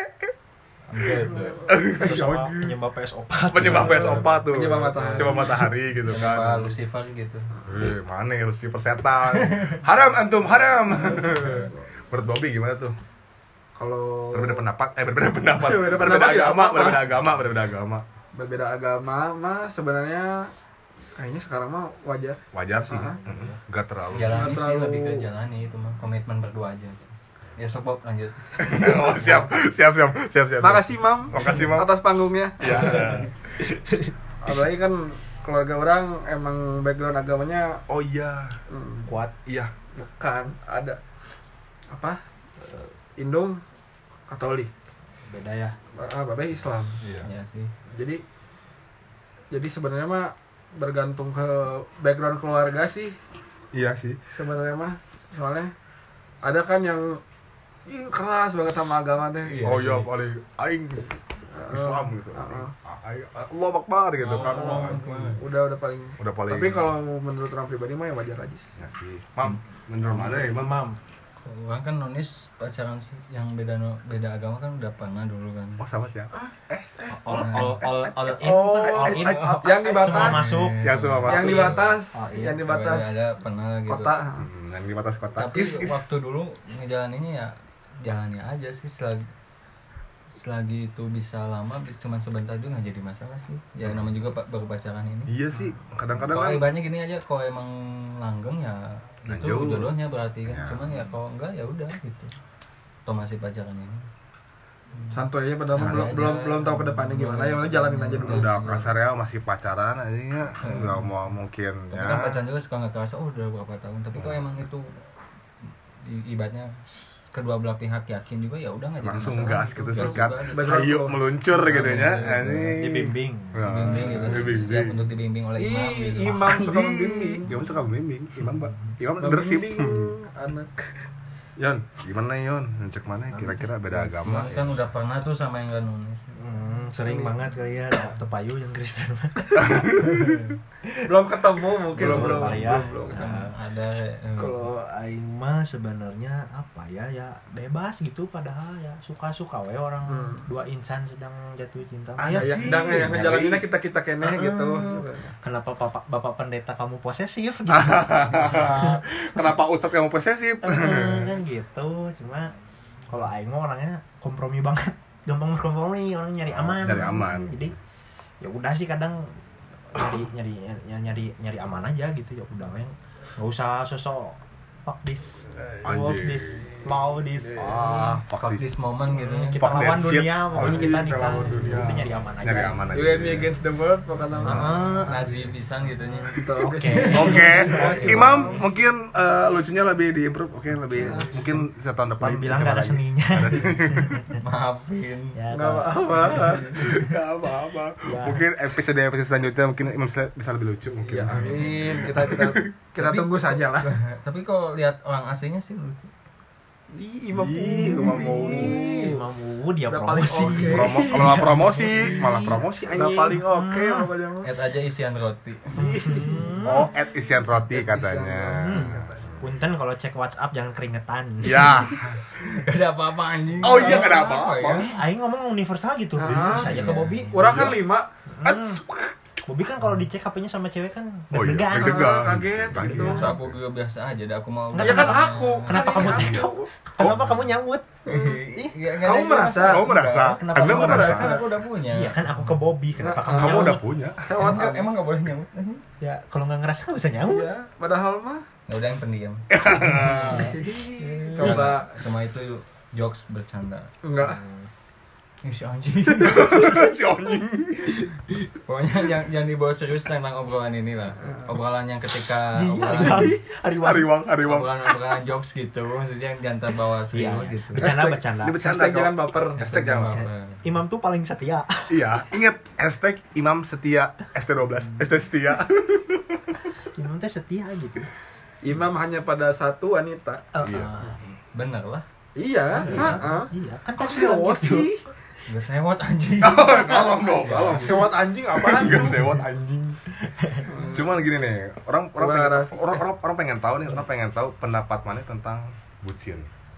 Atau sama penyembah PS4. Penyembah PS4 tuh. Penyembah matahari. Penyembah matahari gitu Pak kan. Lucifer gitu. Mana ya Lucifer setan. Haram antum, haram. Menurut Bobby gimana tuh? Kalau Berbeda pendapat, berbeda pendapat. Berbeda Berbeda pendapat ya, agama, apa-apa. berbeda agama, berbeda agama. berbeda agama mah sebenarnya kayaknya sekarang mah wajar. Wajar sih. Ah. Enggak terlalu. Jalani sih terlalu- lebih ke jalani itu mah komitmen berdua aja. Ya sok Bob lanjut. Oh, siap. Makasih Mam. Makasih, Mam. Atas panggungnya. Ya. Apalagi kan keluarga orang emang background agamanya Oh iya. Kuat. Iya. bukan ada apa? Indung Katolik. Beda ya. Babe Islam. Iya. Ya sih. Jadi sebenarnya mah bergantung ke background keluarga sih Iya sih. sebenarnya mah. Soalnya ada kan yang keras banget sama agama teh. Iya Oh sih. iya, paling aing Islam gitu. Allah Akbar gitu kan. Udah paling. Udah paling. Tapi kalau menurut orang pribadi mah ya wajar aja sih. ya sih. Mam, menurut mana ya, Mam? Mam. Kalau orang kan nonis pacaran sih yang beda agama kan udah pernah dulu kan. Oh, sama siapa? All in. Oh, All in. yang di batas. Semua masuk. Yang semua masuk. Yang di batas, Oh, iya. yang di batas Ada pernah gitu. kota. Yang di batas kota. Tapi waktu dulu ngejalaninnya ya jalani aja sih selagi itu bisa lama cuma sebentar juga nggak jadi masalah sih. Ya namanya juga baru pacaran ini. Iya sih, kadang-kadang Kalau kan ibaratnya gini aja, kalau emang langgeng ya itu Lanjut. jodohnya berarti kan. Ya. Cuman ya kalau enggak ya udah gitu. Atau masih pacaran ini. Santuy aja padahal Santuy belum tahu ke depannya gimana. Ya udah jalanin aja dulu. udah kasarnya masih pacaran aja nggak mau mungkin Tapi ya. kan pacaran juga suka nggak kerasa, oh udah berapa tahun. Tapi kalau emang itu ibaratnya kedua belah pihak yakin juga ya udah nggak jadi Langsung masalah gas gitu Gas sikat. juga. Background Ayo flow. meluncur gitu ya. Anjing. Dibimbing. Nah, Dibimbing gitu. dibimbing. Siap untuk dibimbing oleh imam gitu. Imam suka membimbing. Imam suka membimbing. Imam leadership. Anak. Yon, gimana Yon? Cek mana kira-kira beda agama? Kan udah pernah tuh sama yang gak nulis. Sering banget kali ya tepayu yang Kristen. Belum ketemu mungkin Belum kali ya. belum. Ada Kalau aing mah sebenarnya apa ya bebas gitu padahal ya suka-suka we orang dua insan sedang jatuh cinta. Iya Ya, sih. dan yang ngejalaninnya kita keneh gitu sebenarnya. Kenapa bapak pendeta kamu posesif gitu? Kenapa Ustadz kamu posesif? Kan gitu. Cuma kalau aing mah orangnya kompromi banget. Gampang berkompromi, orang nyari aman. Nyari aman. Jadi ya udah sih kadang nyari aman aja gitu ya udah we. Enggak usah sosok fuck this, love Anjing. this, love this. Fuck fuck this. this moment gitu ya. Kita Fuck that lawan shit. dunia, pokoknya Anjing, kita kita nikah. lawan dunia. Udah nyari aman aja. Nyari aman aja. You and me against the world pokoknya. Nazi pisan gitu nya. Oke. Oke, Imam mungkin lucunya lebih diimprove. Oke, lebih mungkin tahun depan. Boleh bilang coba gak ada lagi. seninya. Maafin. Ya, Enggak apa-apa. Gak apa-apa. Ya. Mungkin episode selanjutnya mungkin Imam bisa lebih lucu mungkin. Ya amin. Kita tunggu saja lah. Tapi kalau lihat orang aslinya sih lucu. Imam Imam dia Udah paling promosi. oke. Kalau nggak promosi, malah promosi Udah anjing. paling oke pokoknya mah. Add aja isian roti. Oh, isian roti katanya. Punten kalau cek WhatsApp jangan keringetan. Ya. Gak ada apa-apa anjing. Oh iya, gak ada apa-apa. ya? Aing ngomong universal gitu. Ah, Bisa aja ke iya. Bobby. Orang kan 5. Bobby kan kalau dicek HP-nya sama cewek kan Oh iya, deg-degan. deg-degan. Kaget gitu. Terus aku juga biasa aja, dah aku mau. Ya kan aku. Kenapa Kan kamu ini TikTok? aku. Kenapa kamu nyambut? Kamu merasa? Kamu merasa? Kenapa Anda kamu merasa? Kan aku udah punya. Iya kan aku ke Bobby. Kenapa kamu Kamu nyambut? udah punya? Emang gak boleh nyamut? Ya kalau nggak ngerasa nggak bisa nyambut. Iya, padahal mah Ya udah yang pendiam. coba Semua itu jokes bercanda. enggak. Si anjing. Si anjing. Pokoknya jangan dibawa serius tentang obrolan ini lah. Obrolan yang ketika Hariwang. obrolan jokes gitu, maksudnya jangan terbawa serius gitu. Bercanda. Ini bercanda Hashtag kok. jangan baper. Hashtag jangan baper. Imam tuh paling setia. Iya, ingat hashtag Imam Setia ST12 ST Setia. Imam tuh setia gitu. Imam hanya pada satu wanita. Iya. Bener lah. Iya, heeh. Iya, kan Kok tadi sewot gitu. sih? Udah sewot anjing. Kalem dong, kalem. Sewot anjing apaan Enggak tuh? sewot anjing. Cuman gini nih, orang pengen tahu pendapat mana tentang bucin.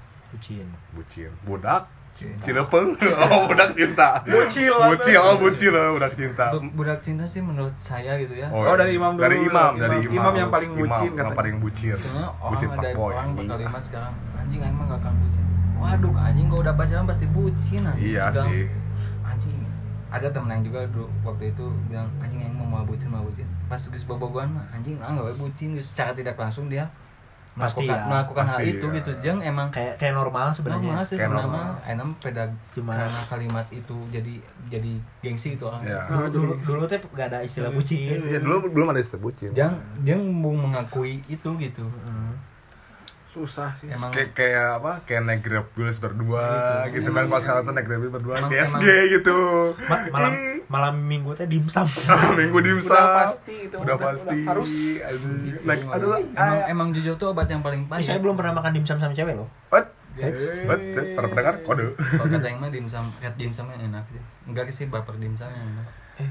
Budak Cilepeng. Oh, budak cinta. Bucil. Budak cinta. Budak cinta sih menurut saya gitu ya. Oh, dari Imam dulu. Dari Imam Imam yang paling bucin yang katanya. paling bucin. Sebenarnya Bucin orang ada fuckboy, orang anjing. berkalimat sekarang anjing aing mah gak akan bucin. Waduh anjing gua udah pacaran pasti bucin anjing. Iya Sedang, sih. Anjing. Ada temen yang juga dulu waktu itu bilang anjing aing mau bucin. Pas geus bobogohan mah anjing enggak we bucin secara tidak langsung dia Pasti melakukan hal Pasti itu ya. gitu. Jeung emang Kayak normal sebenarnya. normal sih Kayak sebenarnya normal. enak pedag Cuma- karena kalimat itu jadi gengsi gitu orang. Iya. Dulu teh gak ada istilah bucin. Iya, dulu belum ada istilah bucin. Jeung mung mengakui itu gitu. Susah sih. Emang Kayak apa? Kayak naik Grab Wheels berdua gitu kan. Pas sekarang tuh naik Grab Wheels berdua Emang- di SG gitu. Malam minggu teh dimsum. Minggu dimsum. Udah pasti itu. Udah pasti. harus. Aduh. Naik aduh. emang jujur tuh obat yang paling pahit. Saya belum pernah makan dimsum sama cewek loh. What? Para pendengar kode. Kalau kata yang mah dimsum, red dimsumnya enak sih. Enggak sih baper dimsumnya enak.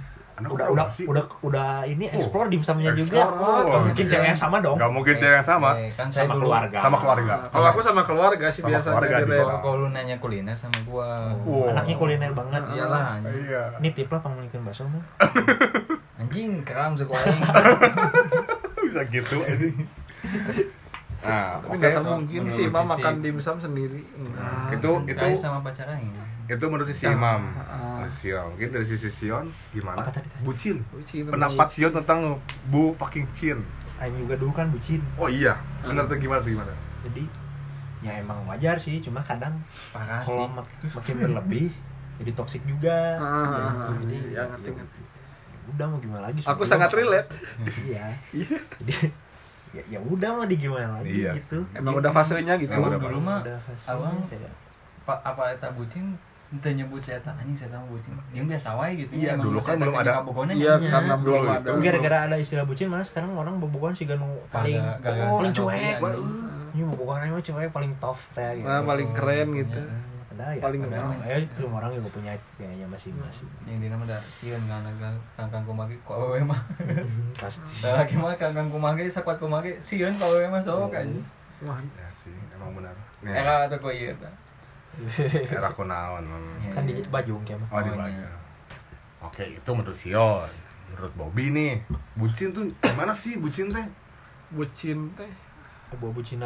Udah ini explore dimsumnya Explore. juga. Oh, Gak mungkin cewek yang sama dong. Gak mungkin cewek yang sama. Kan saya Sama dulu, keluarga. Sama keluarga. Kalau aku sama keluarga sih Sama biasanya keluarga di di rel. bawah. Kalau lu nanya kuliner sama gua. Wow. Anaknya kuliner banget. Iyalah anjing. Iya. Nitip lah pangulikeun bakso mah. Anjing keram suku aing. Bisa gitu anjing. Nah, Tapi oke. nggak mungkin Menurut sih Imam sisi- makan dimsum sendiri. Enggak. Itu Kayak sama pacarnya ini. itu menurut sisi Imam. Sion. Mungkin dari sisi Sion gimana? Apa tadi? Bucin. Bucin. Pendapat Sion tentang Bu fucking Chin. Aing juga dulu kan bucin. Oh iya. Benar tuh gimana? Jadi ya emang wajar sih, cuma kadang Parah kalau sih. makin berlebih jadi toksik juga. Ah, Jadi iya, ngerti. udah mau gimana lagi? Aku Sebelum- sangat relate. Iya. Jadi ya udah mau di gimana lagi Iya. gitu. Emang udah fasenya gitu. Emang udah Dulu mah Udah fase awang kayak apa eta bucin teu nyebut saya anjing saya bucin. Dia biasa wae gitu. Iya, Emang dulu kan saya belum tanya ada. kabogona Iya, nyanyinya. karena belum Dulu ada. itu. gara-gara ada istilah bucin malah sekarang orang bobogohan sih ganu paling paling cuek. Ini bobogohan mah cuek paling tough kayak gitu. Nah, paling keren gitu. Ada ya. paling Padahal keren. ya semua orang juga punya gayanya masing-masing. Yang dina mah da sieun kangkang kumagi ku awewe mah. Pasti. Lalaki mah kangkang kumagi sakuat kumagi sieun ka awewe mah sok anjing. Wah, Ya sih, emang benar. Nih, Era atau ku ieu tah. era kunaon. Kan di Bajung ya mah. Oh, di Banya. Oke, itu menurut Sion. Menurut Bobby nih, bucin tuh gimana sih bucin teh? bucin teh. Abu-abu Cina.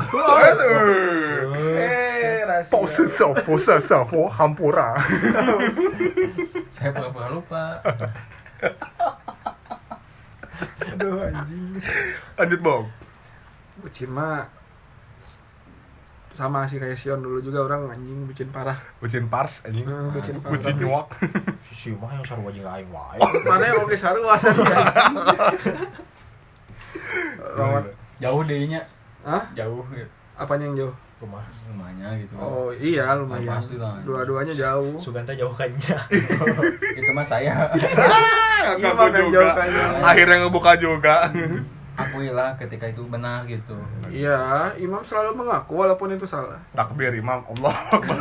Rahasia. Posa, hampura. Saya pura-pura lupa. Aduh anjing. Lanjut, Bob. Bucin mah sama sih kayak Sion dulu juga orang anjing bucin parah. Bucin pars anjing. Bucin parah. Bucin Tapi- nyuak. Si mah yang sarua jeung aing wae. Mana yang oke sarua tadi anjing. Lawan. Jauh dehnya. Hah? Jauh Apanya yang jauh? Rumah rumahnya gitu. Oh iya lumayan. Pasti lah. Dua-duanya jauh. Suganta jauh kanya. Itu mah saya. Ngaku Gimana juga. jauhkannya? Akhirnya ngebuka juga. Akuilah ketika itu benar gitu. Iya, Imam selalu mengaku walaupun itu salah. Takbir Imam, Allah.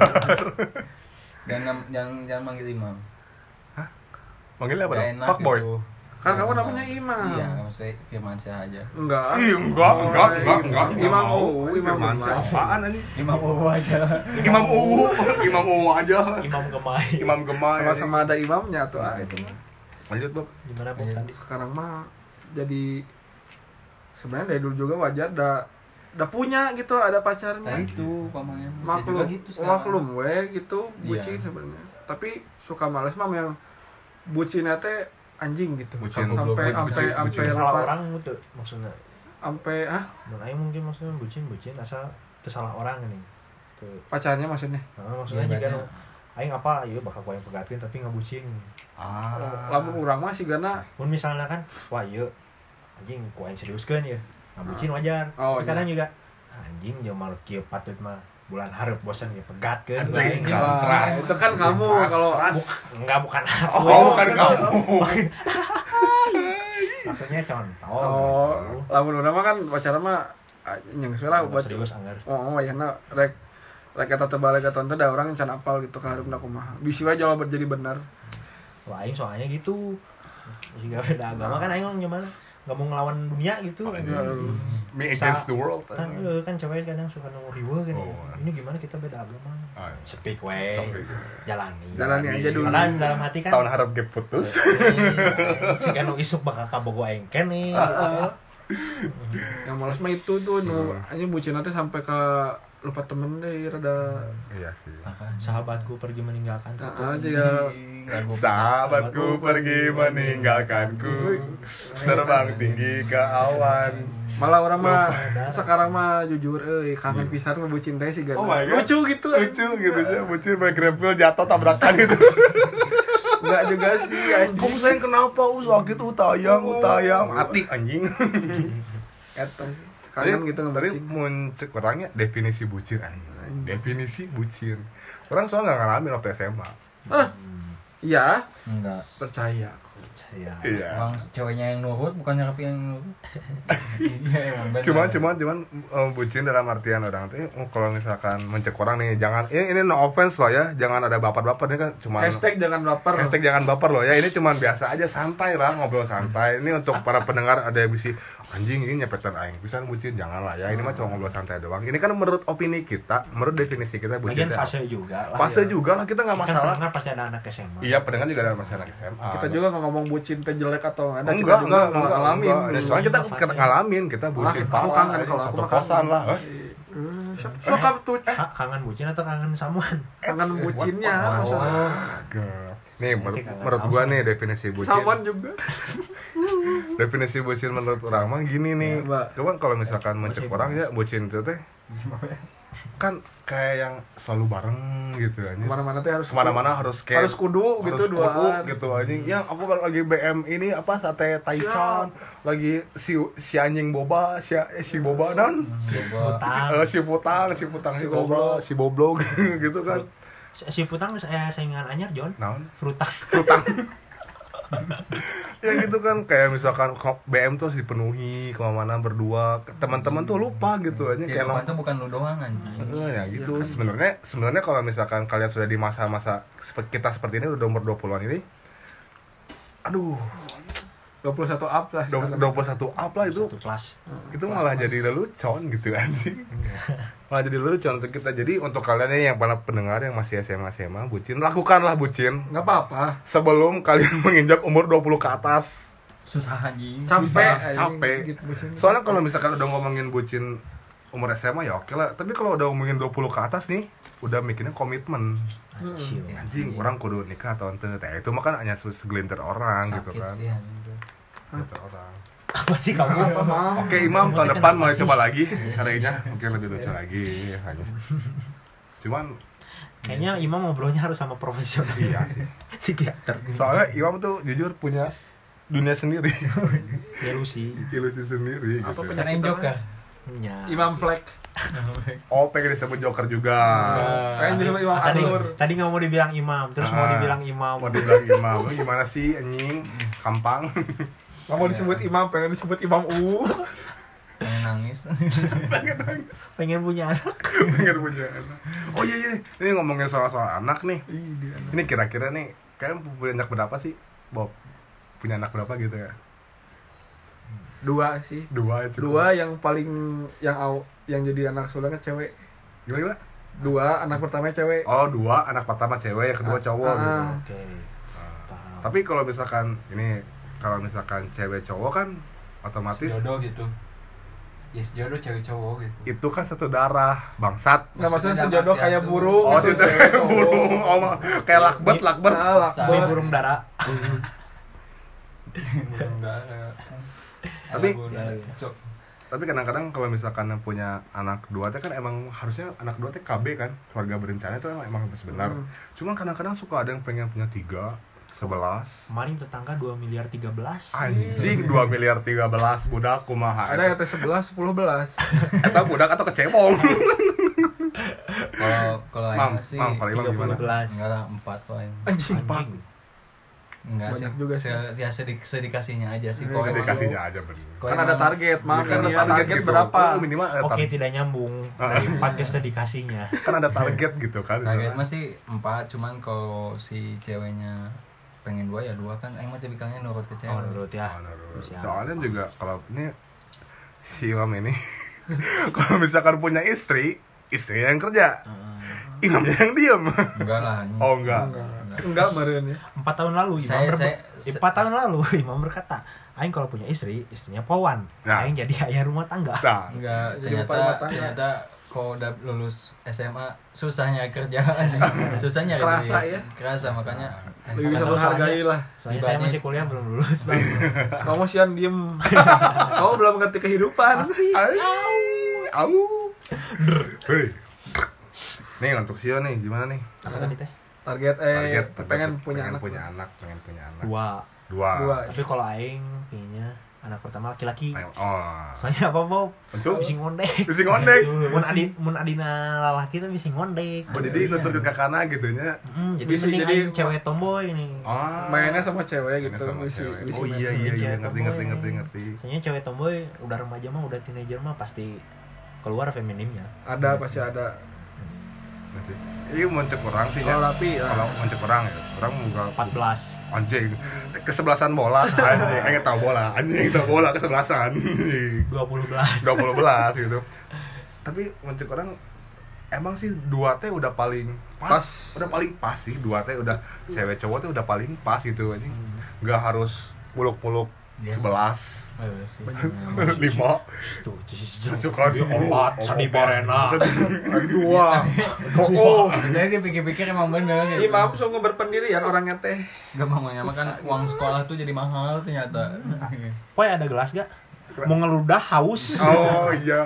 Jangan manggil imam. Manggilnya apa Gak dong? enak Fuckboy. gitu. Kan kamu namanya Imam. Iya, maksudnya Firmansyah aja. Enggak. Ih, enggak. Imam mau. UU, Imam Firman Gemai. apaan anjing? Imam Uwu aja. Imam UU, Imam UU aja. Imam Gemai. Imam Gemai. Sama-sama ada imamnya tuh itu mah. Lanjut, Bob. Gimana Bob tadi? Sekarang mah jadi sebenarnya dari dulu juga wajar udah punya gitu ada pacarnya. Nah itu pamannya. Saya juga Maklum, gitu sekarang. maklum we gitu bucin Iya. sebenarnya. Tapi suka males mah yang bucinnya teh anjing gitu. Bucin. Sampai Bucin. Salah lupa orang itu maksudnya. sampai Mun aing mungkin maksudnya bucin asal teu salah orang ini. Tuh. pacarnya maksudnya. Nah, maksudnya Iya, jika banyak. aing apa ieu bakal ku aing pegatkeun tapi ngabucing. Lamun urang mah sigana Mun misalnya kan wah ieu anjing ku aing seriuskeun ya. Ngabucin wajar. Oh, Tapi kadang juga anjing jamal kieu patut mah bulan hareup bosan ya pegatkeun. Anjing, Aing. kontras. itu kan kamu kalau Bukan aku. Bukan kamu. Maksudnya contoh. oh lamun urang mah kan pacaran mah yang lah buat serius anggar. oh ayeuna rek eta teh balik ka tonton da urang can apal gitu ka hareupna kumaha bisi wae jalan jadi bener. Wah aing soalnya gitu. Jika beda agama kan aing gimana? Gak mau ngelawan dunia gitu. Me against the world. Kan cewek kadang suka nunggu riwa kan. Oh. Ini gimana kita beda agama. Speak we. Jalani Jalani aja dulu. Karena dalam hati kan Tahun harap ge putus. si kan isuk bakal kabogo aing ken nih. Yang males mah itu tuh nu anjing bucin teh sampai ka lupa temen deh rada Iya sih. Sahabatku pergi meninggalkan aja ya Sahabatku pergi meninggalkanku, terbang tinggi ke awan. malah orang mah sekarang mah jujur kangen pisan mah bucin teh sih Oh my God. lucu gitu Lucu gitu aja, bucin main grapple jatuh tabrakan gitu. enggak juga sih anjing Kamu sayang kenapa? Sakit utayang, mati anjing. eta kangen gitu Tadi ngebucin muncul orangnya definisi bucin anjing. Definisi bucin. Orang soalnya nggak ngalamin waktu SMA. iya Enggak. percaya Ya. Iya. Bang ceweknya yang nurut bukannya Rapi yang nurut. Iya emang benar. Cuman bucin dalam artian orang teh kalau misalkan mencek orang nih jangan ini no offense loh ya, jangan ada baper-baper ini kan cuma hashtag jangan baper jangan baper loh ya, ini cuman biasa aja santai lah, ngobrol santai. Ini untuk para pendengar ada yang bisa anjing ini nyepetan aing pisan bucin, jangan lah ya, ini mah cuma ngobrol santai doang. Ini kan menurut opini kita, menurut definisi kita bucin. Lagian fase juga lah. Fase juga lah, kita nggak Kan masalah. pendengar pasti ada anak SMA. Iya, pendengar juga ada masalah SMA. kita juga nggak ngomong bucin teh jelek atau ada enggak, kita juga ngalamin Soalnya kita ngalamin, kita bucin Aku parah, kangen kalau aku satu mah kosan kangen. lah. suka tuh Kangen bucin atau kangen samuan? kangen bucinnya Oh, maksudnya nih menurut gua nih definisi bucin. sawan juga Definisi bucin menurut orang mah gini nih. Mbak. Cuman kalau misalkan mencek orang ya bucin itu teh kan kayak yang selalu bareng gitu aja. kemana-mana teh harus Kemana-mana harus kayak harus kudu gitu kudu duaan gitu anjing. Yang aku lagi BM ini apa sate taichan, lagi si anjing boba, si boba dan si putang si boba, si boblog gitu kan. Si Putang saingan anyar John. Naon? Frutang. Ya gitu kan, kayak misalkan BM tuh harus dipenuhi kemana-mana berdua, teman-teman tuh lupa gitu aja kayak Kehidupan tuh bukan lu doang anjing. ya gitu. Sebenarnya kalau misalkan kalian sudah di masa-masa kita seperti ini udah umur 20-an ini, aduh 21 up lah 21 up lah itu. Satu kelas. Itu malah jadi lelucon gitu anjing. Malah jadi lelucon untuk kita. Jadi untuk kalian yang para pendengar yang masih SMA bucin, lakukanlah bucin nggak apa-apa sebelum kalian menginjak umur 20 ke atas. Susah anjing. Capek. Gitu, bucin. Soalnya kalau misalkan udah ngomongin bucin umur SMA ya oke lah. Tapi kalau udah ngomongin 20 ke atas nih, udah mikirnya komitmen. Anjing, orang kudu nikah atau ente. Itu mah kan hanya segelintir orang Sakit gitu kan. sih anjing. Segelintir orang. Apa sih kamu? Oke Imam, tahun depan mulai coba lagi. Kayaknya mungkin lebih lucu lagi hanya. Cuman Kayaknya Imam ngobrolnya harus sama profesional. iya sih. Psikiater. Soalnya Imam tuh jujur punya dunia sendiri. Ilusi. Ilusi sendiri Apa gitu. penyakit? Karena Joker. Ya. Imam Fleck Oh, pengen disebut Joker juga. pengen jadi Imam Tadi Anur tadi nggak mau dibilang Imam, terus mau dibilang Imam. Mau dibilang Imam. Lu gimana sih anjing? Kampang. nggak mau disebut Imam pengen disebut Imam Pengen nangis. Pengen punya anak. Pengen punya anak. Oh iya. Ini ngomongin soal anak nih. Ini kira-kira nih, kalian punya anak berapa sih, Bob? Punya anak berapa gitu ya? 2 sih 2 cukup. 2 yang paling yang jadi anak sulungnya cewek Gimana? 2 anak pertama cewek Oh, 2 anak pertama cewek, yang kedua cowok gitu. Oke. Paham. Tapi kalau misalkan cewek cowok kan otomatis Jodoh gitu. Yes, jodoh cewek cowok gitu. itu kan satu darah, bangsat. nggak maksudnya Maksudnya sejodoh dapat kayak yang burung Oh, gitu, situ cewek cowok. burung. Oh, kayak lakbert. Ini burung dara. Enggak. Tapi Tapi kadang-kadang kalau misalkan yang punya anak dua teh kan emang harusnya anak dua teh KB kan, keluarga berencana itu emang benar. Cuman kadang-kadang suka ada yang pengen punya 3, 11. Kemarin tetangga 2 miliar 13. Anjing 2 miliar 13 budak kumaha. Ada yang teh 11, 10 belas. Eta budak atau kecebong. Kalau Mam, aing sih kalau Imam gimana? 13. enggak lah 4 kok aing. Anjing. Enggak sih. Banyak juga sih. Ya sedikasinya aja sih. Kok dikasihnya aja bener. Kalau Kan ada emang- target, Mam. Kan ada Ini target target gitu. berapa? Oh, minimal ada Oke, target. tidak nyambung. Dari 4 ke dikasihnya. Kan ada target gitu kan. Target masih 4, cuman kalau si ceweknya pengen 2 ya 2 kan aing mah tipikalnya nurut ke cewek. Oh, menurut ya. Oh, no. Siap. Soalnya juga kalau ini si Imam ini kalau misalkan punya istri yang kerja, Imamnya yang diem. Enggak lah. anjing. Oh enggak. Enggak meren ya. 4 tahun lalu Saya- 4 tahun lalu Imam berkata, aing kalau punya istrinya Powan. Ya. Aing jadi ayah rumah tangga. Nah, Enggak, Jadi bapak rumah tangga. ternyata kalau udah lulus SMA susahnya kerjaan. Susahnya Kerasa ya? Kerasa makanya Lebih bisa Kalau menghargai lah. Soalnya saya masih kuliah belum lulus, Bang. Kamu sian diem. Kamu belum mengerti kehidupan. au. Hei. Nih untuk Sio nih gimana nih? Apa tadi teh? Target pengen punya anak. pengen punya anak. 2. Dua. Tapi kalau aing pengennya anak pertama laki-laki. Oh. Soalnya apa, Bob? Untuk Bisa ngondek. bisa ngondek. Mun adina lalaki tuh bisa ngondek. Oh, jadi nutur ke kakana gitu nya. Jadi Bisa mending jadi aing cewek tomboy nih. Oh. Mainnya sama cewek Mainnya gitu. sama Misi- cewek. misi Oh iya main. iya iya Cewek ngerti tomboy. ngerti. Soalnya cewek tomboy udah remaja mah udah teenager mah pasti keluar feminimnya. Ada pasti ada. Nah, sih. Iya muncul orang sih ya. Kalau rapi Kalau muncul orang ya. Orang juga 14. anjing kesebelasan bola anjing enggak tahu bola anjing tahu bola kesebelasan 20 belas. 20 belas gitu. Tapi muncul orang emang sih 2 teh udah paling pas. Udah paling pas sih 2 teh udah cewek cowok teh udah paling pas gitu anjing. Enggak harus muluk-muluk Yes. 11 sih. 5 Tuh, suka 4 Sadi Berena. 2 oh Jadi dipikir-pikir emang bener gitu. Imam sungguh berpendirian orangnya teh. Gak mau mah kan uang sekolah tuh jadi mahal ternyata. Poy ada gelas gak? Mau ngeludah haus. oh iya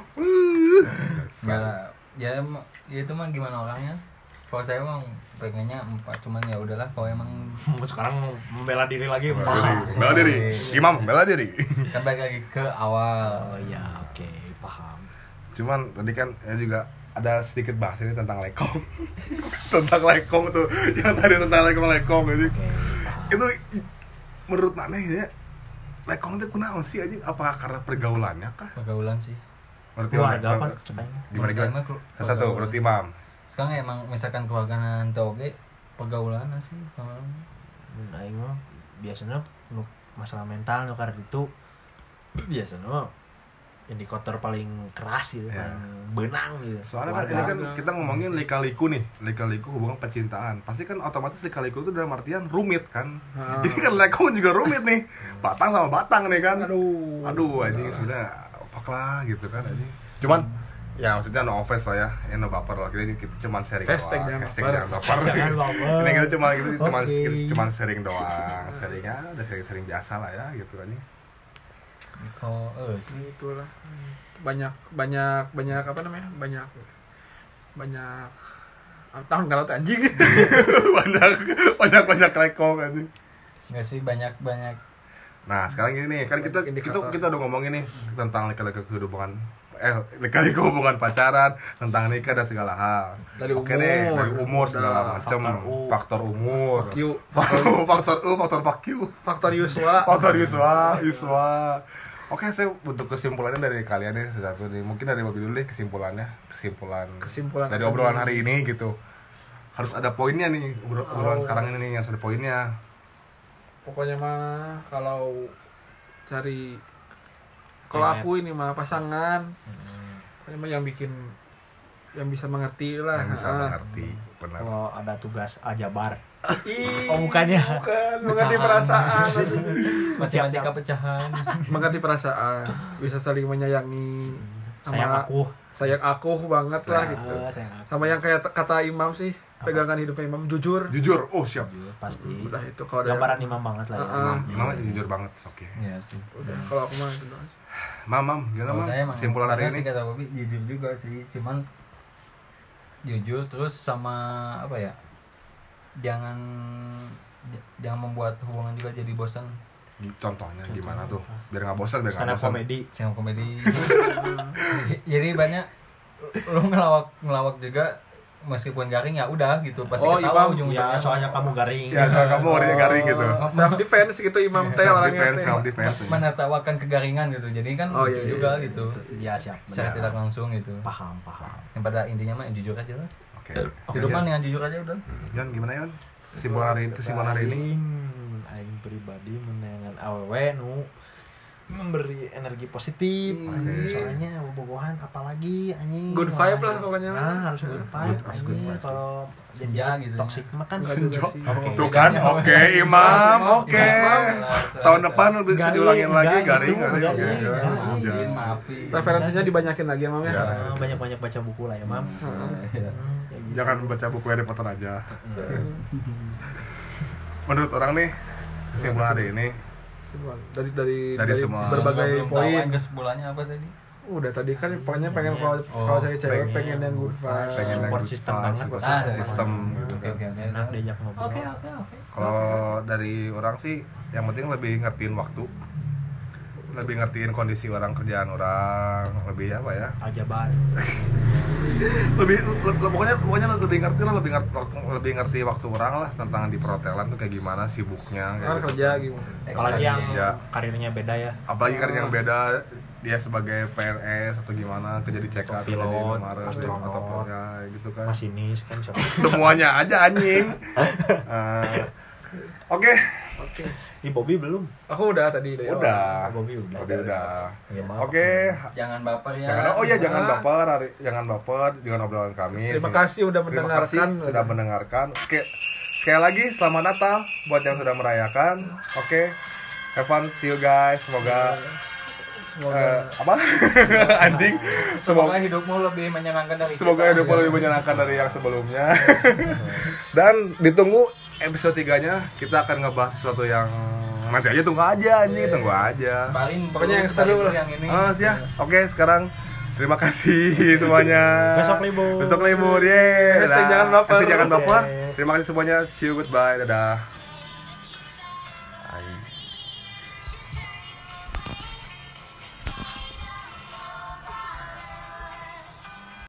Enggak lah. Ya itu mah gimana orangnya. Kalau saya emang pengennya 4, cuman ya udahlah kalau emang Sekarang membela diri lagi. bela diri Imam bela diri kan balik lagi ke awal. Oh iya, oke, paham. cuman tadi kan ya juga ada sedikit bahas ini tentang lekong tentang lekong tuh yang tadi tentang lekong jadi Oke, paham. itu menurut mana ya lekong itu kunaon sih aja apa karena pergaulannya kah Pergaulan sih. menurut Keluarga Imam, apa ceritanya? gimana Menurut satu pergaulan. menurut Imam Sekarang emang misalkan keluarga nanti oke pergaulan sih kalau Aing mah biasanya nu masalah mental nu karena itu biasanya mah indikator paling keras gitu, Ya. paling benang gitu. soalnya kan ini Keluarga. kan kita ngomongin lika-liku nih lika-liku hubungan percintaan pasti kan otomatis lika-liku itu dalam artian rumit kan ini kan lekong juga rumit nih batang sama batang nih kan aduh ini sudah opak lah gitu kan ini cuman ya maksudnya no offense lah ya no baper lah kita cuma sharing Hashtag doang jangan baper. Jangan baper. ini kita cuma Oke. cuma sharing doang sharingnya udah sharing biasa lah ya gitu kan kalau sih Itulah. Banyak apa namanya? Banyak tahun kalau teh anjing. banyak lekong anjing. nggak sih banyak Nah sekarang gini nih kan kita Indikator. udah ngomongin nih tentang lika-liku hubungan lika-liku hubungan pacaran tentang nikah dan segala hal. Dari Oke umur. deh dari umur segala macam faktor umur faktor Faktor Yuswa. faktor Yuswa. Oke saya untuk kesimpulannya dari kalian nih satu nih mungkin dari Babi dulu deh kesimpulan dari obrolan hari ini gitu harus ada poinnya nih obrolan sekarang ini nih yang ada poinnya. Pokoknya mah kalau aku ini mah pasangan pokoknya mah yang bisa mengerti lah. Yang bisa mengerti benar. Kalau ada tugas ajabar. Ih, Oh, bukannya. bukan mengerti perasaan. matematika pecahan. Mengerti perasaan, bisa saling menyayangi. Sayang aku. Banget lah gitu. Sayang aku. Sama yang kayak kata Imam sih, pegangan hidupnya Imam jujur. Oh siap. Pasti. Udah itu kalau ada Gambaran imam banget lah ya. Heeh. Imam jujur banget oke. Iya sih. udah kalau aku mah itu doang sih. Mam, gimana Kalau Mam? saya emang Kesimpulan hari sih ini. kata Bobby jujur juga sih, cuman jujur terus sama apa ya? Jangan membuat hubungan juga jadi bosan. Contohnya gimana tuh? Biar nggak bosan, biar Stand nggak up bosan. komedi. Sama komedi. Jadi banyak lu ngelawak juga meskipun garing ya udah gitu pasti Oh, ketawa Imam. ujung-ujungnya. Ya soalnya kamu garing. Ya, kalau kamu orangnya garing gitu. Self defense gitu Imam teh Self orangnya defense, teh. self defense. menertawakan kegaringan gitu. Jadi kan Oh, lucu iya, juga iya, gitu. Ya siap. Secara benar. tidak langsung gitu. Paham. Yang pada intinya mah jujur aja lah. Oke. Hidup mah dengan jujur aja udah. Yon gimana Yon? Kesimpulan hari ini. Aing pribadi menangan awewe nu memberi energi positif anjing, soalnya bobogohan apalagi anjing Good vibe lah pokoknya. nah harus good vibe Harus good anjing. vibe. Kalau Senja gitu. toxic mah kan Enggak Senja. juga sih. Oke. Tuh kan, oke Imam, oke. Tahun depan bisa Garing, diulangin lagi enggak garing, gitu, garing. enggak, Oke, iya, Senja. Maafin, maafin. Referensinya dibanyakin lagi ya Mam ya. Ya. banyak-banyak baca buku lah ya mam. Iya. Kayak gitu. Jangan baca buku Harry Potter aja. Menurut orang nih, kesimpulan hari ini Semua dari Dari semua. berbagai Belum tahu poin. kesimpulannya apa tadi? Udah tadi kan pokoknya pengen kalau cari cewek pengen yang good vibe. pengen yang Support good system vibes, banget. support Ah, system gitu Oke kan. oke oke. enak diajak ngobrol. Oke. Kalau dari orang sih, yang penting lebih ngertiin waktu, lebih ngertiin kondisi orang, kerjaan orang, lebih apa ya? Ajaban. Pokoknya lebih ngerti waktu orang lah tentang di perhotelan tuh kayak gimana sibuknya kayak Kan gitu. kerja gimana. Apalagi yang Ya. karirnya beda ya. Apalagi kan yang beda dia sebagai PNS atau gimana kerja di CK atau di Pilot, Indomaret astronot. atau pilotnya gitu kan. Masinis kan siapa? Semuanya aja anjing. Oke. Oke. Di Bobby belum. Aku udah tadi dari awal. Udah. Bobby udah. Udah. Ya, maaf. Oke. Jangan baper ya. Jangan baper jangan baper dengan obrolan kami. Terima kasih udah Terima mendengarkan. kasih sudah mendengarkan. Sekali lagi selamat Natal buat yang sudah merayakan. Oke. Have fun, see you guys. Semoga apa? Anjing. Semoga hidupmu lebih menyenangkan dari Semoga kita. hidupmu lebih menyenangkan dari yang sebelumnya. Dan ditunggu episode 3-nya, kita akan ngebahas sesuatu yang nanti aja, tunggu aja anjing, tunggu aja. Sepaling Pokoknya yang terus, seru sepaling lah. yang ini. Sih ya. Oke, sekarang terima kasih semuanya. Besok libur. Yeay. Hashtag jangan baper. Hashtag jangan baper. Oke. Terima kasih semuanya. See you, goodbye. Dadah.